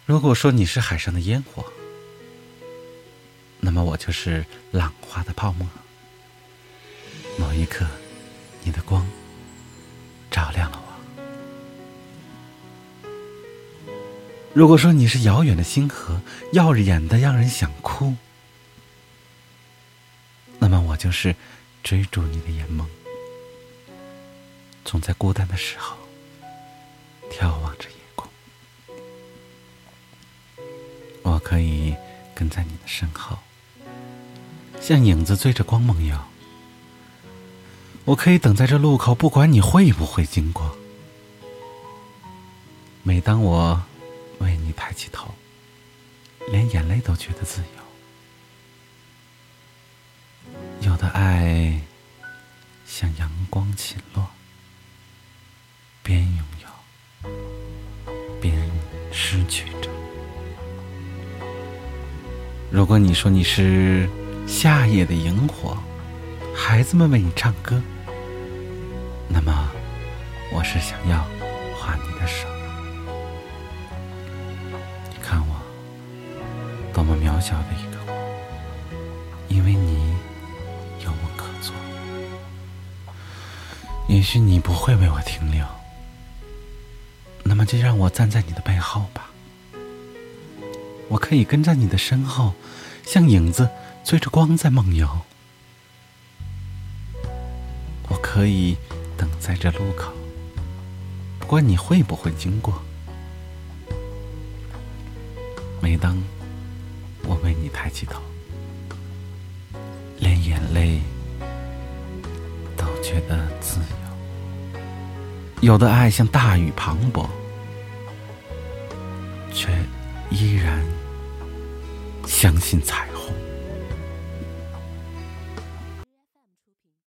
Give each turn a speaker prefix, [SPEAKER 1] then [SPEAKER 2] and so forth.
[SPEAKER 1] 如果说你是海上的烟火，那么我就是浪花的泡沫。某一刻，你的光照亮了我。如果说你是遥远的星河，耀眼的让人想哭，那么我就是追逐你的眼眸，总在孤单的时候眺望着夜空。我可以跟在你的身后，像影子追着光梦游。我可以等在这路口，不管你会不会经过。每当我为你抬起头，连眼泪都觉得自由。有的爱像阳光倾落，边拥有边失去着。如果你说你是夏夜的萤火，孩子们为你唱歌，那么我是想要画你的手。你看我多么渺小的一个我，因为你有梦可做。也许你不会为我停留，那么就让我站在你的背后吧。我可以跟在你的身后，像影子追着光在梦游。我可以等在这路口，不管你会不会经过。每当我为你抬起头，连眼泪都觉得自由。有的爱像大雨磅礴，却依然相信彩虹。